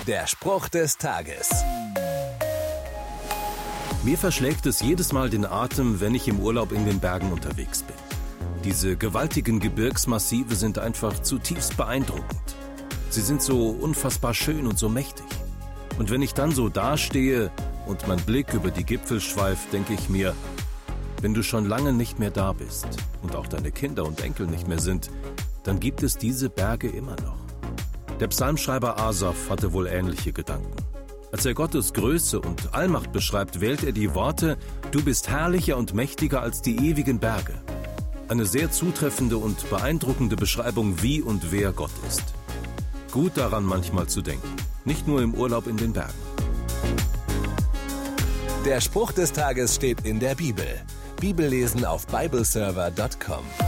Der Spruch des Tages. Mir verschlägt es jedes Mal den Atem, wenn ich im Urlaub in den Bergen unterwegs bin. Diese gewaltigen Gebirgsmassive sind einfach zutiefst beeindruckend. Sie sind so unfassbar schön und so mächtig. Und wenn ich dann so dastehe und mein Blick über die Gipfel schweift, denke ich mir, wenn du schon lange nicht mehr da bist und auch deine Kinder und Enkel nicht mehr sind, dann gibt es diese Berge immer noch. Der Psalmschreiber Asaf hatte wohl ähnliche Gedanken. Als er Gottes Größe und Allmacht beschreibt, wählt er die Worte: Du bist herrlicher und mächtiger als die ewigen Berge. Eine sehr zutreffende und beeindruckende Beschreibung, wie und wer Gott ist. Gut daran manchmal zu denken, nicht nur im Urlaub in den Bergen. Der Spruch des Tages steht in der Bibel. Bibellesen auf bibleserver.com.